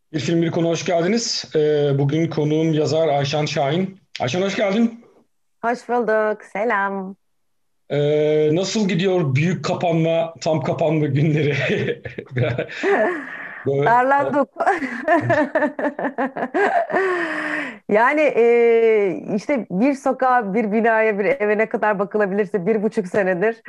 Bir film bir konu hoş geldiniz. Bugün konuğum yazar Ayşen Şahin. Ayşen hoş geldin. Hoş bulduk. Selam. Nasıl gidiyor büyük kapanma, tam kapanma günleri? Böyle, Darlandık. Yani işte bir sokağa, bir binaya, bir eve ne kadar bakılabilirse 1,5 senedir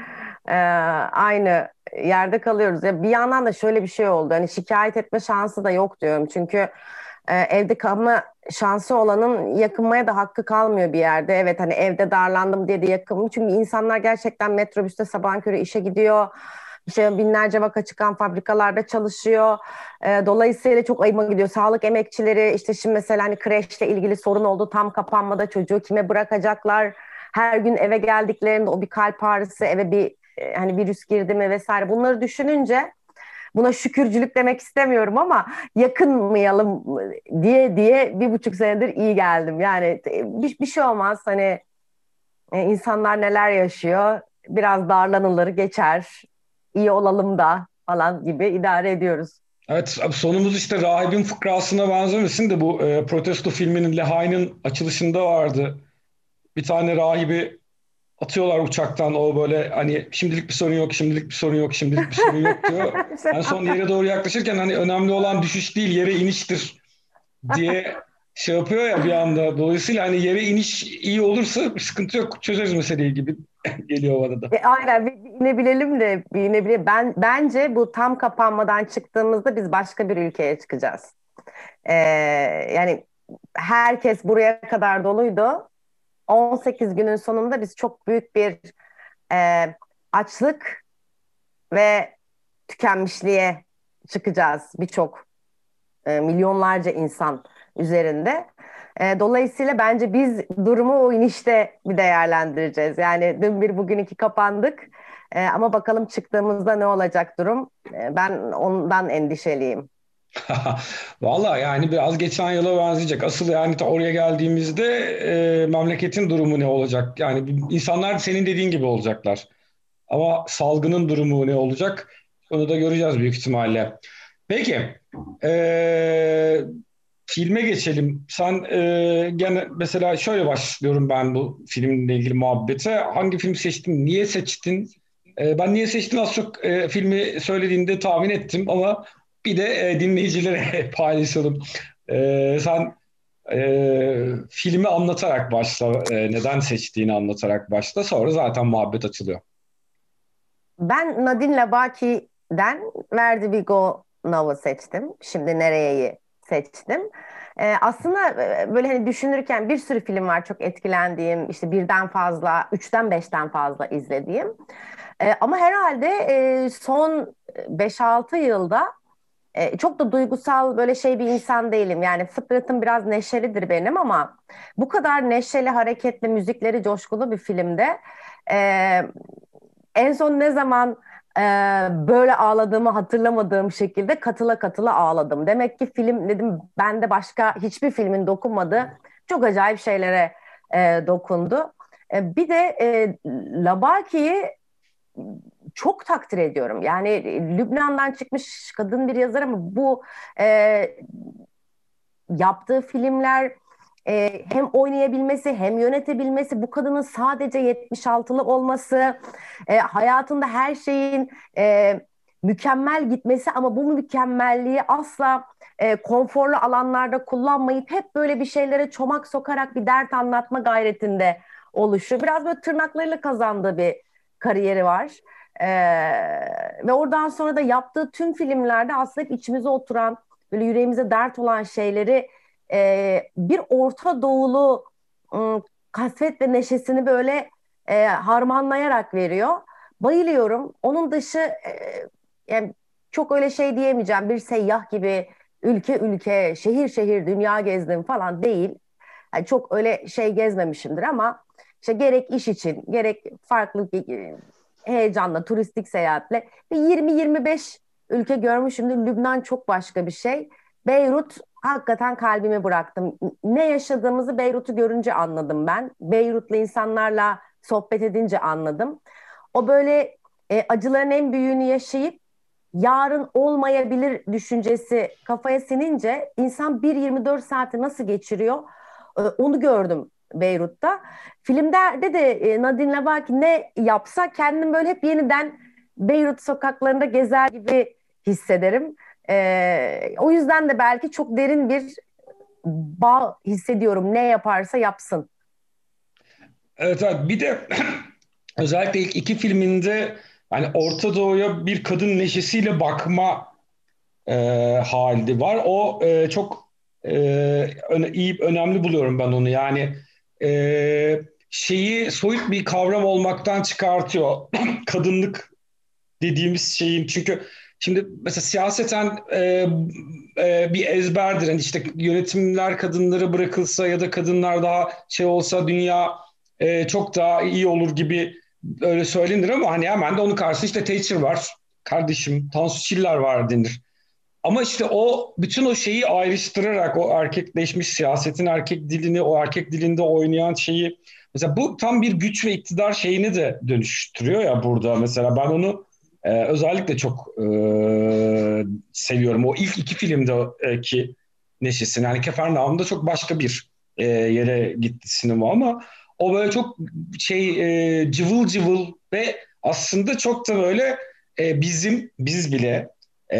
aynı yerde kalıyoruz. Ya bir yandan da şöyle bir şey oldu. Hani şikayet etme şansı da yok diyorum. Çünkü evde kalma şansı olanın yakınmaya da hakkı kalmıyor bir yerde. Evet hani evde darlandım diye de yakınmıyor. Çünkü insanlar gerçekten metrobüste sabahın körü işe gidiyor. İşte binlerce vaka çıkan fabrikalarda çalışıyor. Dolayısıyla çok ayıma gidiyor. Sağlık emekçileri işte şimdi mesela hani kreşle ilgili sorun oldu. Tam kapanmada çocuğu kime bırakacaklar? Her gün eve geldiklerinde o bir kalp ağrısı, eve bir hani virüs girdi mi vesaire. Bunları düşününce buna şükürcülük demek istemiyorum ama yakınmayalım diye 1,5 senedir iyi geldim. Yani bir şey olmaz hani insanlar neler yaşıyor biraz darlanılır geçer iyi olalım da falan gibi idare ediyoruz. evet, sonumuz işte rahibin fıkrasına benzemesin de bu Protesto filminin Lehi'nin açılışında vardı. Bir tane rahibi atıyorlar uçaktan, o böyle hani şimdilik bir sorun yok, şimdilik bir sorun yok, şimdilik bir sorun yok diyor. En son yere doğru yaklaşırken hani önemli olan düşüş değil yere iniştir diye şey yapıyor ya bir anda. Dolayısıyla hani yere iniş iyi olursa bir sıkıntı yok. Çözeriz meseleyi gibi geliyor bana da. Aynen bir inebilelim de bir inebilelim. Bence bu tam kapanmadan çıktığımızda biz başka bir ülkeye çıkacağız. Ee, Yani herkes buraya kadar doluydu. 18 günün sonunda biz çok büyük bir e, açlık ve tükenmişliğe çıkacağız birçok milyonlarca insan üzerinde. Dolayısıyla bence biz durumu o inişte bir değerlendireceğiz. Yani dün bir bugün iki kapandık. Ama bakalım çıktığımızda ne olacak durum? Ben ondan endişeliyim. Valla yani biraz geçen yıla benzeyecek. Asıl yani ta oraya geldiğimizde memleketin durumu ne olacak? Yani insanlar senin dediğin gibi olacaklar. Ama salgının durumu ne olacak? Onu da göreceğiz büyük ihtimalle. Peki, e, filme geçelim. Sen gene mesela şöyle başlıyorum ben bu filmle ilgili muhabbete. Hangi film seçtin? Niye seçtin? Ben niye seçtin az çok filmi söylediğinde tahmin ettim ama bir de dinleyicilere paylaşalım. Sen filmi anlatarak başla, neden seçtiğini anlatarak başla. Sonra zaten muhabbet açılıyor. Ben Nadine Labaki'den Verdi Vigo Now'ı seçtim. Şimdi Nereye'yi seçtim. Aslında böyle hani düşünürken bir sürü film var çok etkilendiğim, işte birden fazla, üçten beşten fazla izlediğim. Ama herhalde son 5-6 yılda çok da duygusal böyle şey bir insan değilim. Yani fıtratım biraz neşelidir benim ama bu kadar neşeli, hareketli, müzikleri coşkulu bir filmde e, en son ne zaman e, böyle ağladığımı hatırlamadığım şekilde katıla katıla ağladım. Demek ki film dedim bende başka hiçbir filmin dokunmadığı çok acayip şeylere dokundu. Bir de Labaki'yi çok takdir ediyorum. Yani Lübnan'dan çıkmış kadın bir yazar ama bu e, yaptığı filmler hem oynayabilmesi hem yönetebilmesi, bu kadının sadece 76'lı olması, hayatında her şeyin mükemmel gitmesi ama bu mükemmelliği asla konforlu alanlarda kullanmayıp hep böyle bir şeylere çomak sokarak bir dert anlatma gayretinde oluşu. Biraz böyle tırnaklarıyla kazandığı bir kariyeri var. Ve oradan sonra da yaptığı tüm filmlerde aslında hep içimize oturan, böyle yüreğimize dert olan şeyleri bir Orta Doğulu kasvet ve neşesini böyle harmanlayarak veriyor. Bayılıyorum. Onun dışı yani çok öyle şey diyemeyeceğim. Bir seyyah gibi ülke ülke, şehir şehir dünya gezdim falan değil. Yani çok öyle şey gezmemişimdir ama işte gerek iş için, gerek farklı heyecanla, turistik seyahatle bir 20-25 ülke görmüşümdür. Lübnan çok başka bir şey. Beyrut hakikaten kalbimi bıraktım. Ne yaşadığımızı Beyrut'u görünce anladım ben. Beyrutlu insanlarla sohbet edince anladım. O böyle acıların en büyüğünü yaşayıp yarın olmayabilir düşüncesi kafaya sinince insan bir 24 saati nasıl geçiriyor? Onu gördüm Beyrut'ta. Filmde de Nadine Labaki ne yapsa kendim böyle hep yeniden Beyrut sokaklarında gezer gibi hissederim. O yüzden de belki çok derin bir bağ hissediyorum ne yaparsa yapsın. Evet, evet. Bir de özellikle ilk iki filminde hani Orta Doğu'ya bir kadın neşesiyle bakma e, hali var. O çok iyi, önemli buluyorum ben onu. Yani şeyi soyut bir kavram olmaktan çıkartıyor. Kadınlık dediğimiz şeyin. Çünkü şimdi mesela siyaseten bir ezberdir. Yani işte yönetimler kadınlara bırakılsa ya da kadınlar daha şey olsa dünya çok daha iyi olur gibi öyle söylenir ama hani hemen de onun karşısında işte Thatcher var. Kardeşim Tansu Çiller var denir. Ama işte o bütün o şeyi ayrıştırarak o erkekleşmiş siyasetin erkek dilini o erkek dilinde oynayan şeyi mesela bu tam bir güç ve iktidar şeyini de dönüştürüyor ya burada mesela ben onu özellikle çok seviyorum. O ilk iki filmdeki neşesini yani Kafernaum'da çok başka bir yere gitti sinema ama o böyle çok şey cıvıl cıvıl ve aslında çok da böyle biz bile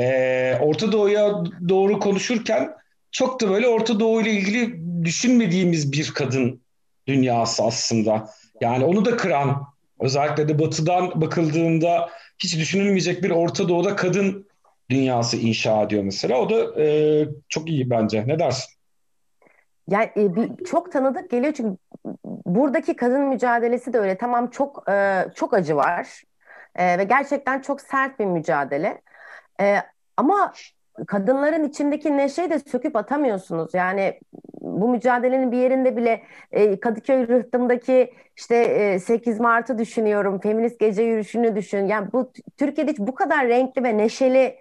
Orta Doğu'ya doğru konuşurken çok da böyle Orta Doğu ile ilgili düşünmediğimiz bir kadın dünyası aslında. Yani onu da kıran, özellikle de batıdan bakıldığında hiç düşünülmeyecek bir Orta Doğu'da kadın dünyası inşa ediyor mesela. O da çok iyi bence. Ne dersin? Yani çok tanıdık geliyor çünkü buradaki kadın mücadelesi de öyle. Tamam çok acı var. Ve gerçekten çok sert bir mücadele. E, ama kadınların içindeki neşeyi de söküp atamıyorsunuz. Yani bu mücadelenin bir yerinde bile Kadıköy Rıhtım'daki işte 8 Mart'ı düşünüyorum. Feminist gece yürüyüşünü düşün. Yani bu Türkiye'de hiç bu kadar renkli ve neşeli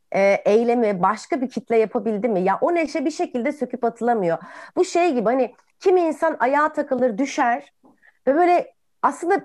eylemi başka bir kitle yapabildi mi? Ya o neşe bir şekilde söküp atılamıyor. Bu şey gibi hani kimi insan ayağa takılır, düşer ve böyle aslında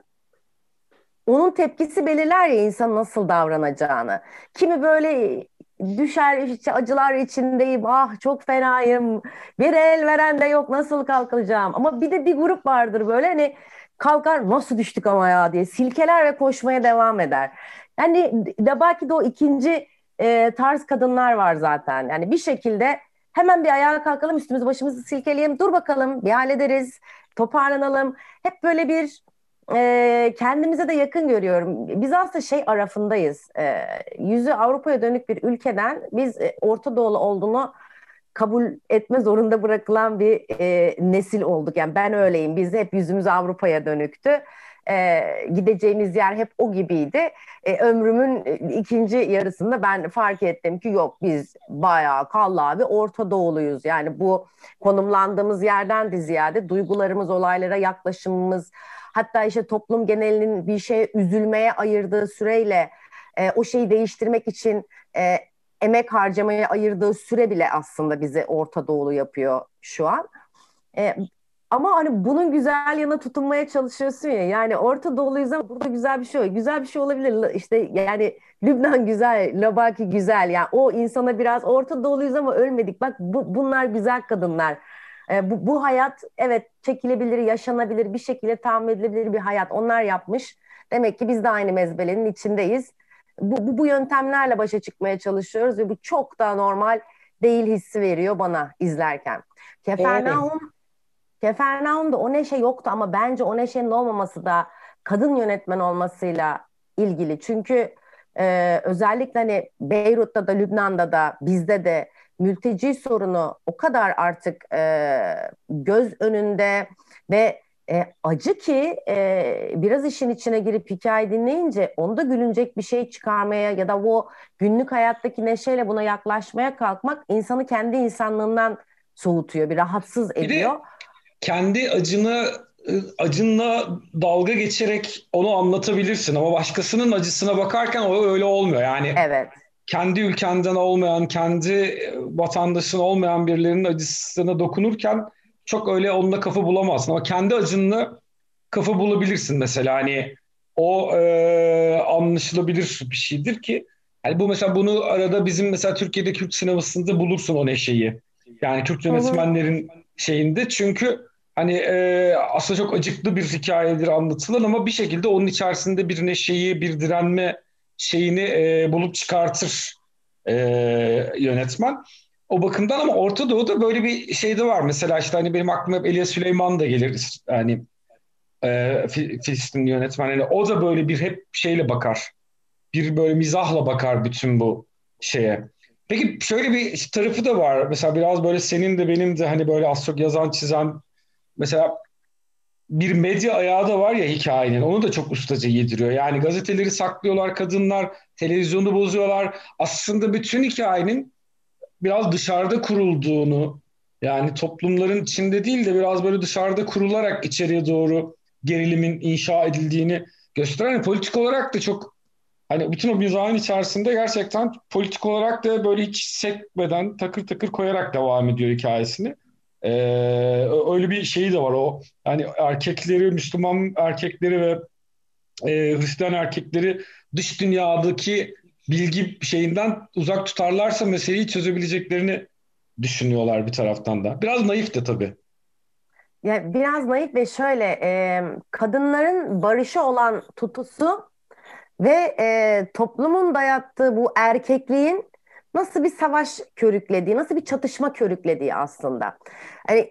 onun tepkisi belirler ya insan nasıl davranacağını. Kimi böyle düşer işte acılar içindeyim ah çok fenayım bir el veren de yok nasıl kalkacağım. Ama bir de bir grup vardır böyle hani kalkar nasıl düştük ama ya diye silkeler ve koşmaya devam eder. Yani de belki de o ikinci tarz kadınlar var zaten. Yani bir şekilde hemen bir ayağa kalkalım üstümüzü başımızı silkeleyelim dur bakalım bir hallederiz toparlanalım. Hep böyle bir kendimize de yakın görüyorum. Biz aslında şey arafındayız. Yüzü Avrupa'ya dönük bir ülkeden biz Orta Doğulu olduğunu kabul etme zorunda bırakılan bir nesil olduk. Yani ben öyleyim. Biz hep yüzümüz Avrupa'ya dönüktü. Gideceğimiz yer hep o gibiydi. Ömrümün ikinci yarısında ben fark ettim ki yok biz bayağı kallavi Orta Doğuluyuz. Yani bu konumlandığımız yerden de ziyade duygularımız, olaylara yaklaşımımız, hatta işte toplum genelinin bir şeye üzülmeye ayırdığı süreyle o şeyi değiştirmek için emek harcamaya ayırdığı süre bile aslında bizi Orta Doğulu yapıyor şu an. E, ama hani bunun güzel yanına tutunmaya çalışıyorsun ya. Yani Orta Doğuluyuz ama burada güzel bir şey yok. Güzel bir şey olabilir. İşte yani Lübnan güzel, Labaki güzel. Yani o insana biraz Orta Doğuluyuz ama ölmedik. Bak bunlar güzel kadınlar. Bu hayat evet çekilebilir, yaşanabilir, bir şekilde tahammül edilebilir bir hayat. Onlar yapmış. Demek ki biz de aynı mezbelenin içindeyiz. Bu yöntemlerle başa çıkmaya çalışıyoruz ve bu çok da normal değil hissi veriyor bana izlerken. Doğru. Kefernaum Kefernaum'da o neşe yoktu ama bence o neşenin olmaması da kadın yönetmen olmasıyla ilgili. Çünkü özellikle hani Beyrut'ta da Lübnan'da da bizde de mülteci sorunu o kadar artık göz önünde ve acı ki biraz işin içine girip hikaye dinleyince onda gülünecek bir şey çıkarmaya ya da o günlük hayattaki neşeyle buna yaklaşmaya kalkmak insanı kendi insanlığından soğutuyor, bir rahatsız Bir ediyor. de kendi acınla dalga geçerek onu anlatabilirsin ama başkasının acısına bakarken o öyle olmuyor. Yani Evet. kendi ülkenden olmayan, kendi vatandaşın olmayan birilerinin acısına dokunurken çok öyle onunla kafa bulamazsın. Ama kendi acınla kafa bulabilirsin mesela. Hani o anlaşılabilir bir şeydir ki Hani bu mesela bunu arada bizim mesela Türkiye'de Kürt sinemasında bulursun o neşeyi. Yani Türk Hı hı. yönetmenlerin şeyinde çünkü hani aslında çok acıklı bir hikayedir anlatılan ama bir şekilde onun içerisinde bir neşeyi, bir direnme şeyini bulup çıkartır e, yönetmen. O bakımdan ama Orta Doğu'da böyle bir şey de var. Mesela işte hani benim aklıma hep Elia Süleyman da gelir. Hani Filistin yönetmenleri. O da böyle bir hep şeyle bakar, bir böyle mizahla bakar bütün bu şeye. Peki şöyle bir tarafı da var. Mesela biraz böyle senin de benim de hani böyle az çok yazan çizen mesela bir medya ayağı da var ya hikayenin. Onu da çok ustaca yediriyor. Yani gazeteleri saklıyorlar kadınlar, televizyonu bozuyorlar. Aslında bütün hikayenin biraz dışarıda kurulduğunu yani toplumların içinde değil de biraz böyle dışarıda kurularak içeriye doğru gerilimin inşa edildiğini gösteren politik olarak da çok. Hani bütün o mizahın içerisinde gerçekten politik olarak da böyle hiç sekmeden takır takır koyarak devam ediyor hikayesini. Öyle bir şeyi de var o. Yani erkekleri, Müslüman erkekleri ve Hristiyan erkekleri dış dünyadaki bilgi şeyinden uzak tutarlarsa meseleyi çözebileceklerini düşünüyorlar bir taraftan da. Biraz naif de tabii. Ya biraz naif ve şöyle kadınların barışa olan tutusu ve toplumun dayattığı bu erkekliğin nasıl bir savaş körüklediği, nasıl bir çatışma körüklediği aslında. Hani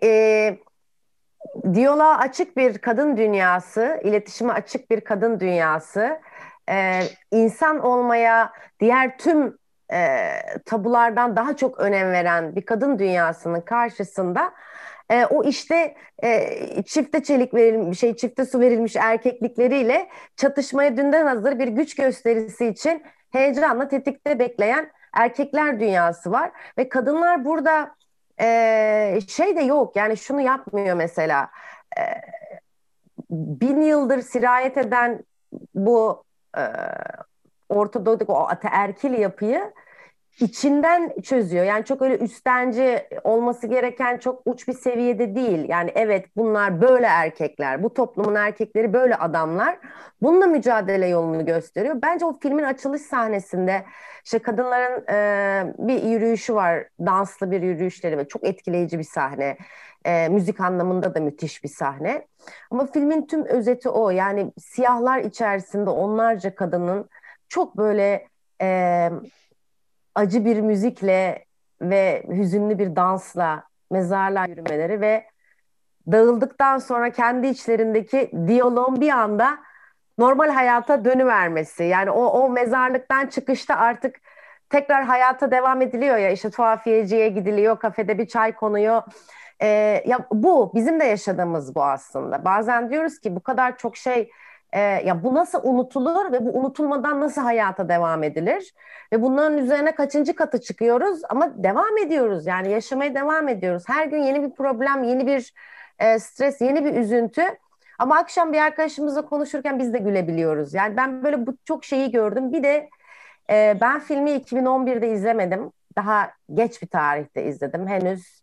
diyaloğa açık bir kadın dünyası, iletişime açık bir kadın dünyası, insan olmaya diğer tüm tabulardan daha çok önem veren bir kadın dünyasının karşısında o işte çifte çelik verilmiş, çifte su verilmiş erkeklikleriyle çatışmaya dünden hazır bir güç gösterisi için heyecanla tetikte bekleyen erkekler dünyası var ve kadınlar burada şey de yok yani şunu yapmıyor mesela. Ee, 1000 yıldır sirayet eden bu e, ortodoks o ataerkil yapıyı içinden çözüyor. Yani çok öyle üstenci olması gereken çok uç bir seviyede değil. Yani evet bunlar böyle erkekler, bu toplumun erkekleri böyle adamlar. Bununla mücadele yolunu gösteriyor. Bence o filmin açılış sahnesinde işte kadınların bir yürüyüşü var, danslı bir yürüyüşleri ve çok etkileyici bir sahne. Müzik anlamında da müthiş bir sahne. Ama filmin tüm özeti o. Yani siyahlar içerisinde onlarca kadının çok böyle e, acı bir müzikle ve hüzünlü bir dansla mezarlığa yürümeleri ve dağıldıktan sonra kendi içlerindeki diyaloğun bir anda normal hayata dönüvermesi. Yani o mezarlıktan çıkışta artık tekrar hayata devam ediliyor ya işte tuhafiyeciye gidiliyor, kafede bir çay konuyor. Ee, ya bu bizim de yaşadığımız bu aslında. Bazen diyoruz ki bu kadar çok şey ya bu nasıl unutulur ve bu unutulmadan nasıl hayata devam edilir? Ve bunların üzerine kaçıncı katı çıkıyoruz ama devam ediyoruz. Yani yaşamaya devam ediyoruz. Her gün yeni bir problem, yeni bir stres, yeni bir üzüntü. Ama akşam bir arkadaşımızla konuşurken biz de gülebiliyoruz. Yani ben böyle bu çok şeyi gördüm. Bir de ben filmi 2011'de izlemedim. Daha geç bir tarihte izledim. Henüz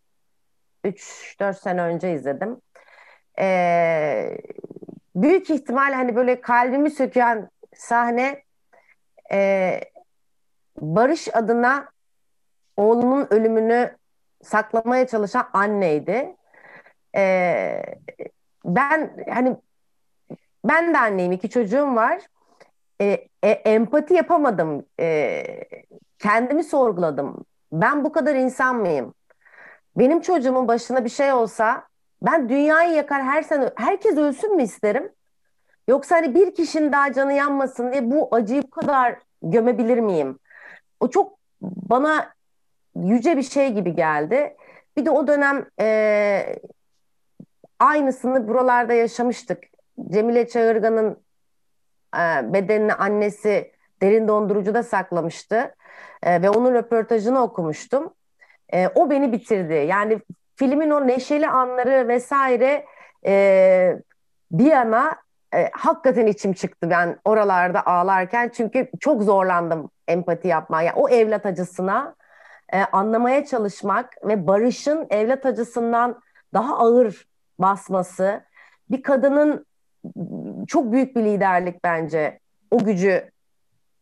3-4 sene önce izledim. E, büyük ihtimal hani böyle kalbimi söken sahne e, Barış adına oğlunun ölümünü saklamaya çalışan anneydi. E, ben hani ben de anneyim, iki çocuğum var. Empati yapamadım. Kendimi sorguladım. Ben bu kadar insan mıyım? Benim çocuğumun başına bir şey olsa ben dünyayı yakar her sene herkes ölsün mü isterim? Yoksa hani bir kişinin daha canı yanmasın diye bu acıyı bu kadar gömebilir miyim? O çok bana yüce bir şey gibi geldi. Bir de o dönem aynısını buralarda yaşamıştık. Cemile Çağırgan'ın bedenini annesi derin dondurucuda saklamıştı. Ve onun röportajını okumuştum. O beni bitirdi. Yani filmin o neşeli anları vesaire bir yana hakikaten içim çıktı ben oralarda ağlarken. Çünkü çok zorlandım empati yapmaya. Yani o evlat acısına anlamaya çalışmak ve Barış'ın evlat acısından daha ağır basması, bir kadının çok büyük bir liderlik bence o gücü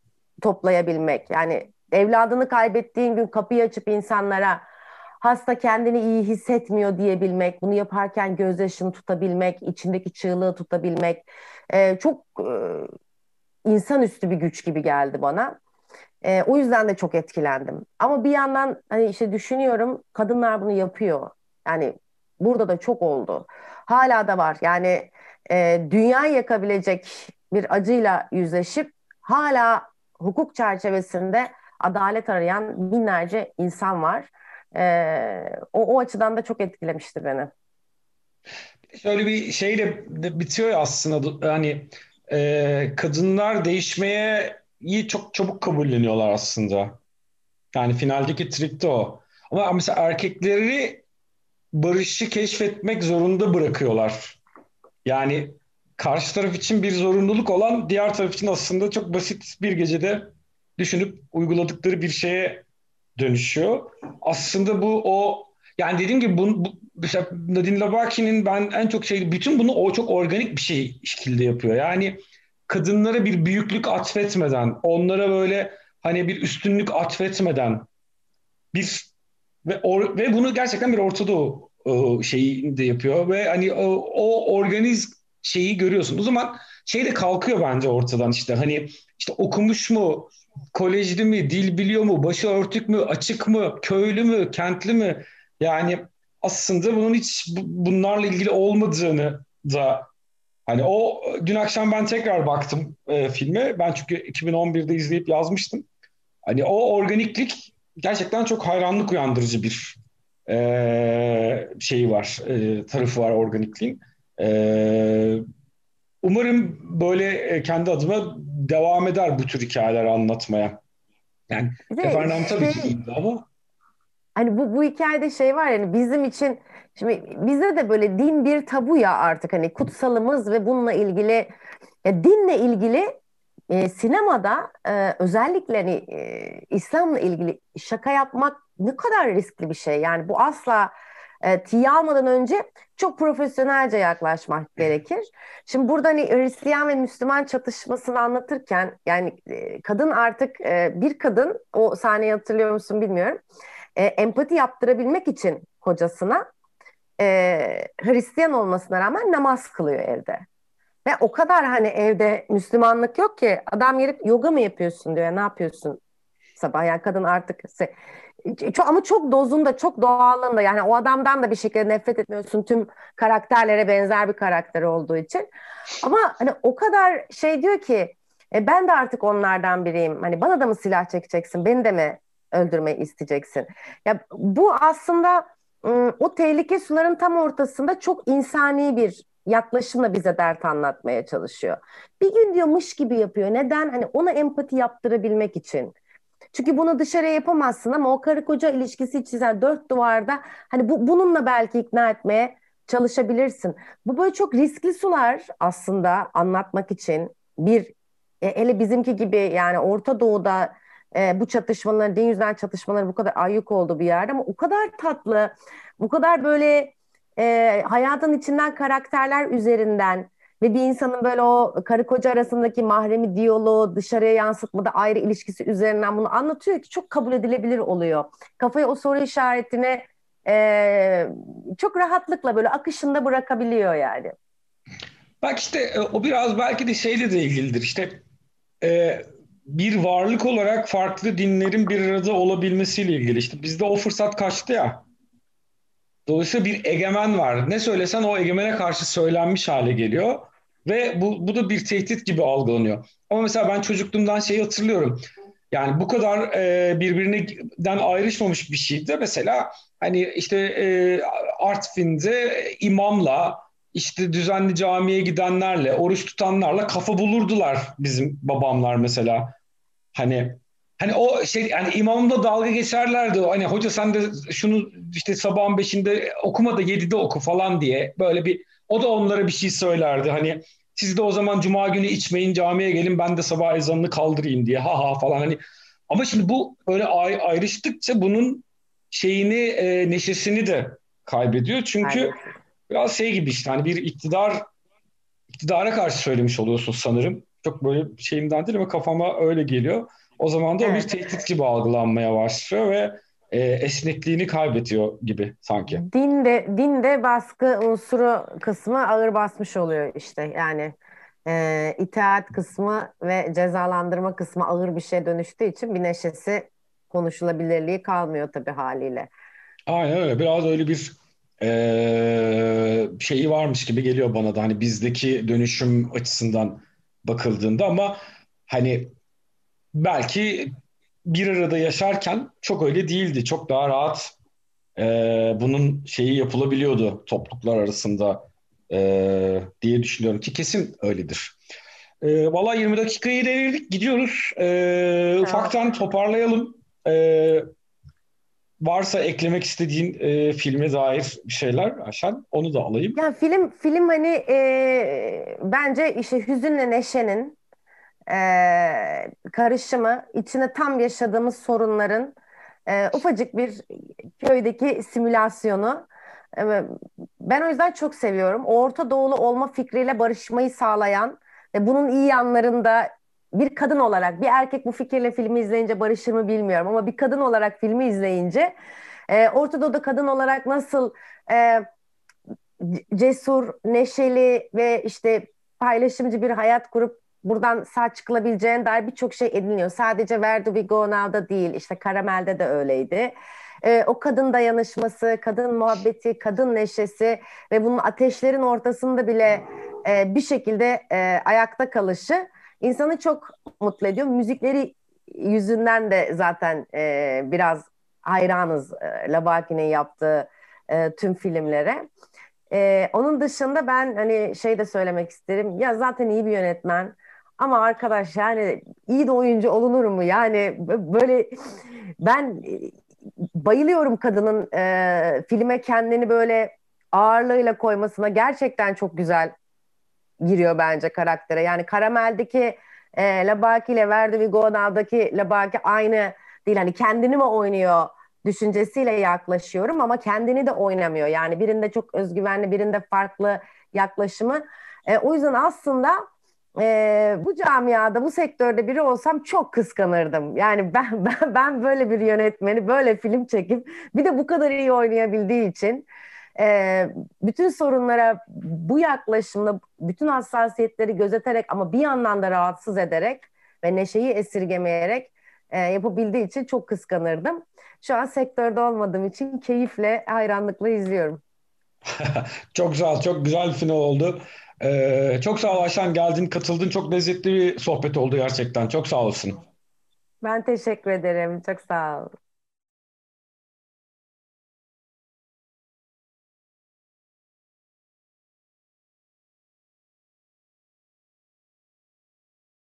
toplayabilmek. Yani evladını kaybettiğin gün kapıyı açıp insanlara hasta kendini iyi hissetmiyor diyebilmek, bunu yaparken gözyaşını tutabilmek, içindeki çığlığı tutabilmek çok insanüstü bir güç gibi geldi bana. O yüzden de çok etkilendim. Ama bir yandan hani işte düşünüyorum kadınlar bunu yapıyor. Yani burada da çok oldu. Hala da var. Yani dünya yakabilecek bir acıyla yüzleşip hala hukuk çerçevesinde adalet arayan binlerce insan var. O açıdan da çok etkilemişti beni. Şöyle bir şeyle de bitiyor ya aslında, hani kadınlar değişmeye iyi çok çabuk kabulleniyorlar aslında. Yani finaldeki trik de o. Ama mesela erkekleri barışı keşfetmek zorunda bırakıyorlar. Yani karşı taraf için bir zorunluluk olan, diğer taraf için aslında çok basit bir gecede düşünüp uyguladıkları bir şeye dönüşüyor. Aslında bu o, yani dediğim gibi mesela Nadine Labaki'nin ben en çok bütün bunu o çok organik bir şekilde yapıyor. Yani kadınlara bir büyüklük atfetmeden, onlara böyle hani bir üstünlük atfetmeden bir ve bunu gerçekten bir Orta Doğu şeyi de yapıyor ve hani o organiz şeyi görüyorsun. O zaman şey de kalkıyor bence ortadan, işte hani işte okumuş mu, kolejli mi, dil biliyor mu, başı örtük mü, açık mı, köylü mü, kentli mi? Yani aslında bunun hiç bunlarla ilgili olmadığını da, hani o dün akşam ben tekrar baktım filme. Ben çünkü 2011'de izleyip yazmıştım. Hani o organiklik gerçekten çok hayranlık uyandırıcı bir şeyi var, tarafı var organikliğin. E, Umarım böyle kendi adıma devam eder bu tür hikayeler anlatmaya. Yani Bir de Capernaum tabii ki şey iyiydi ama hani bu hikayede şey var yani bizim için şimdi bizde de böyle din bir tabu ya artık hani kutsalımız ve bununla ilgili dinle ilgili sinemada özellikle hani İslam'la ilgili şaka yapmak ne kadar riskli bir şey. Yani bu asla tiye almadan önce çok profesyonelce yaklaşmak gerekir. Şimdi burada hani Hristiyan ve Müslüman çatışmasını anlatırken yani kadın artık bir kadın o sahneyi hatırlıyor musun bilmiyorum. Empati yaptırabilmek için kocasına Hristiyan olmasına rağmen namaz kılıyor evde. Ve o kadar hani evde Müslümanlık yok ki adam gelip yoga mı yapıyorsun diyor. Ne yapıyorsun sabah? Yani kadın artık ama çok dozunda, çok doğallığında yani o adamdan da bir şekilde nefret etmiyorsun tüm karakterlere benzer bir karakter olduğu için. Ama hani o kadar şey diyor ki ben de artık onlardan biriyim. Hani bana da mı silah çekeceksin? Beni de mi öldürmeyi isteyeceksin? Ya bu aslında o tehlike suların tam ortasında çok insani bir yaklaşımla bize dert anlatmaya çalışıyor. Bir gün diyor mış gibi yapıyor. Neden? Hani ona empati yaptırabilmek için. Çünkü bunu dışarıya yapamazsın ama o karı koca ilişkisi için sen dört duvarda hani bununla belki ikna etmeye çalışabilirsin. Bu böyle çok riskli sular aslında anlatmak için bir hele bizimki gibi yani Orta Doğu'da bu çatışmaların, din yüzden çatışmaları bu kadar ayyuk oldu bir yerde ama o kadar tatlı, bu kadar böyle hayatın içinden karakterler üzerinden ve bir insanın böyle o karı koca arasındaki mahremi diyaloğu dışarıya yansıtmada ayrı ilişkisi üzerinden bunu anlatıyor ki çok kabul edilebilir oluyor. Kafaya o soru işaretini çok rahatlıkla böyle akışında bırakabiliyor yani. bak işte o biraz belki de şeyle de ilgilidir. İşte e, bir varlık olarak farklı dinlerin bir arada olabilmesiyle ilgili. İşte bizde o fırsat kaçtı ya. Dolayısıyla bir egemen var. Ne söylesen o egemene karşı söylenmiş hale geliyor. Ve bu da bir tehdit gibi algılanıyor. Ama mesela ben çocukluğumdan şeyi hatırlıyorum. Yani bu kadar birbirinden ayrışmamış bir şeydi. Mesela hani işte Artvin'de imamla, işte düzenli camiye gidenlerle, oruç tutanlarla kafa bulurdular bizim babamlar mesela. Hani o şey, yani imamla dalga geçerlerdi. Hani hoca sen de şunu işte sabahın beşinde okuma da yedide oku falan diye. Böyle bir, o da onlara bir şey söylerdi. Hani siz de o zaman cuma günü içmeyin, camiye gelin, ben de sabah ezanını kaldırayım diye, ha ha falan hani. Ama şimdi bu öyle ayrıştıkça bunun şeyini, neşesini de kaybediyor. Çünkü Kaybediyor. biraz şey gibi, işte hani bir iktidara karşı söylemiş oluyorsun sanırım. Çok böyle şeyimden değil ama kafama öyle geliyor. O zaman da o bir Evet. tehdit gibi algılanmaya başlıyor ve esnekliğini kaybediyor gibi sanki. Dinde baskı unsuru kısmı ağır basmış oluyor işte. Yani itaat kısmı ve cezalandırma kısmı ağır bir şeye dönüştüğü için bir neşesi, konuşulabilirliği kalmıyor tabii haliyle. Aynen öyle. Biraz öyle bir şeyi varmış gibi geliyor bana da. Hani bizdeki dönüşüm açısından bakıldığında ama hani belki bir arada yaşarken çok öyle değildi. Çok daha rahat bunun şeyi yapılabiliyordu topluluklar arasında diye düşünüyorum ki kesin öyledir. Valla 20 dakikayı devirdik. Gidiyoruz. Tamam. Ufaktan toparlayalım. E, Varsa eklemek istediğin filme dair bir şeyler Ayşen, onu da alayım. Ya film hani bence işte hüzünle neşenin karışımı, içine tam yaşadığımız sorunların ufacık bir köydeki simülasyonu. E, Ben o yüzden çok seviyorum. O Orta Doğulu olma fikriyle barışmayı sağlayan ve bunun iyi yanlarında bir kadın olarak, bir erkek bu fikirle filmi izleyince barışır mı bilmiyorum ama bir kadın olarak filmi izleyince Orta Doğu'da kadın olarak nasıl e, cesur, neşeli ve işte paylaşımcı bir hayat kurup buradan sağ çıkılabileceğine dair birçok şey ediniyor. Sadece Where Do We Go Now'da değil, işte Karamel'de de öyleydi. O kadın dayanışması, kadın muhabbeti, kadın neşesi ve bunun ateşlerin ortasında bile bir şekilde ayakta kalışı insanı çok mutlu ediyor. Müzikleri yüzünden de zaten biraz hayranız Labaki'nin yaptığı tüm filmlere. Onun dışında ben hani şey de söylemek isterim. Ya zaten iyi bir yönetmen. Ama arkadaş yani iyi de oyuncu olunur mu? Yani böyle ben bayılıyorum kadının filme kendini böyle ağırlığıyla koymasına. Gerçekten çok güzel giriyor bence karaktere. Yani Karamel'deki Labaki ile Where Do We Go Now'daki Labaki aynı değil. Hani kendini mi oynuyor düşüncesiyle yaklaşıyorum ama kendini de oynamıyor. Yani birinde çok özgüvenli, birinde farklı yaklaşımı. O yüzden aslında bu camiada, bu sektörde biri olsam çok kıskanırdım. Yani ben böyle bir yönetmeni, böyle film çekip bir de bu kadar iyi oynayabildiği için e, bütün sorunlara bu yaklaşımla, bütün hassasiyetleri gözeterek ama bir yandan da rahatsız ederek ve neşeyi esirgemeyerek yapabildiği için çok kıskanırdım. Şu an sektörde olmadığım için keyifle, hayranlıkla izliyorum. Çok sağ ol. Çok güzel bir final oldu. Çok sağ ol Ayşen, geldin, katıldın. Çok lezzetli bir sohbet oldu gerçekten. Çok sağ olasın. Ben teşekkür ederim. Çok sağ ol.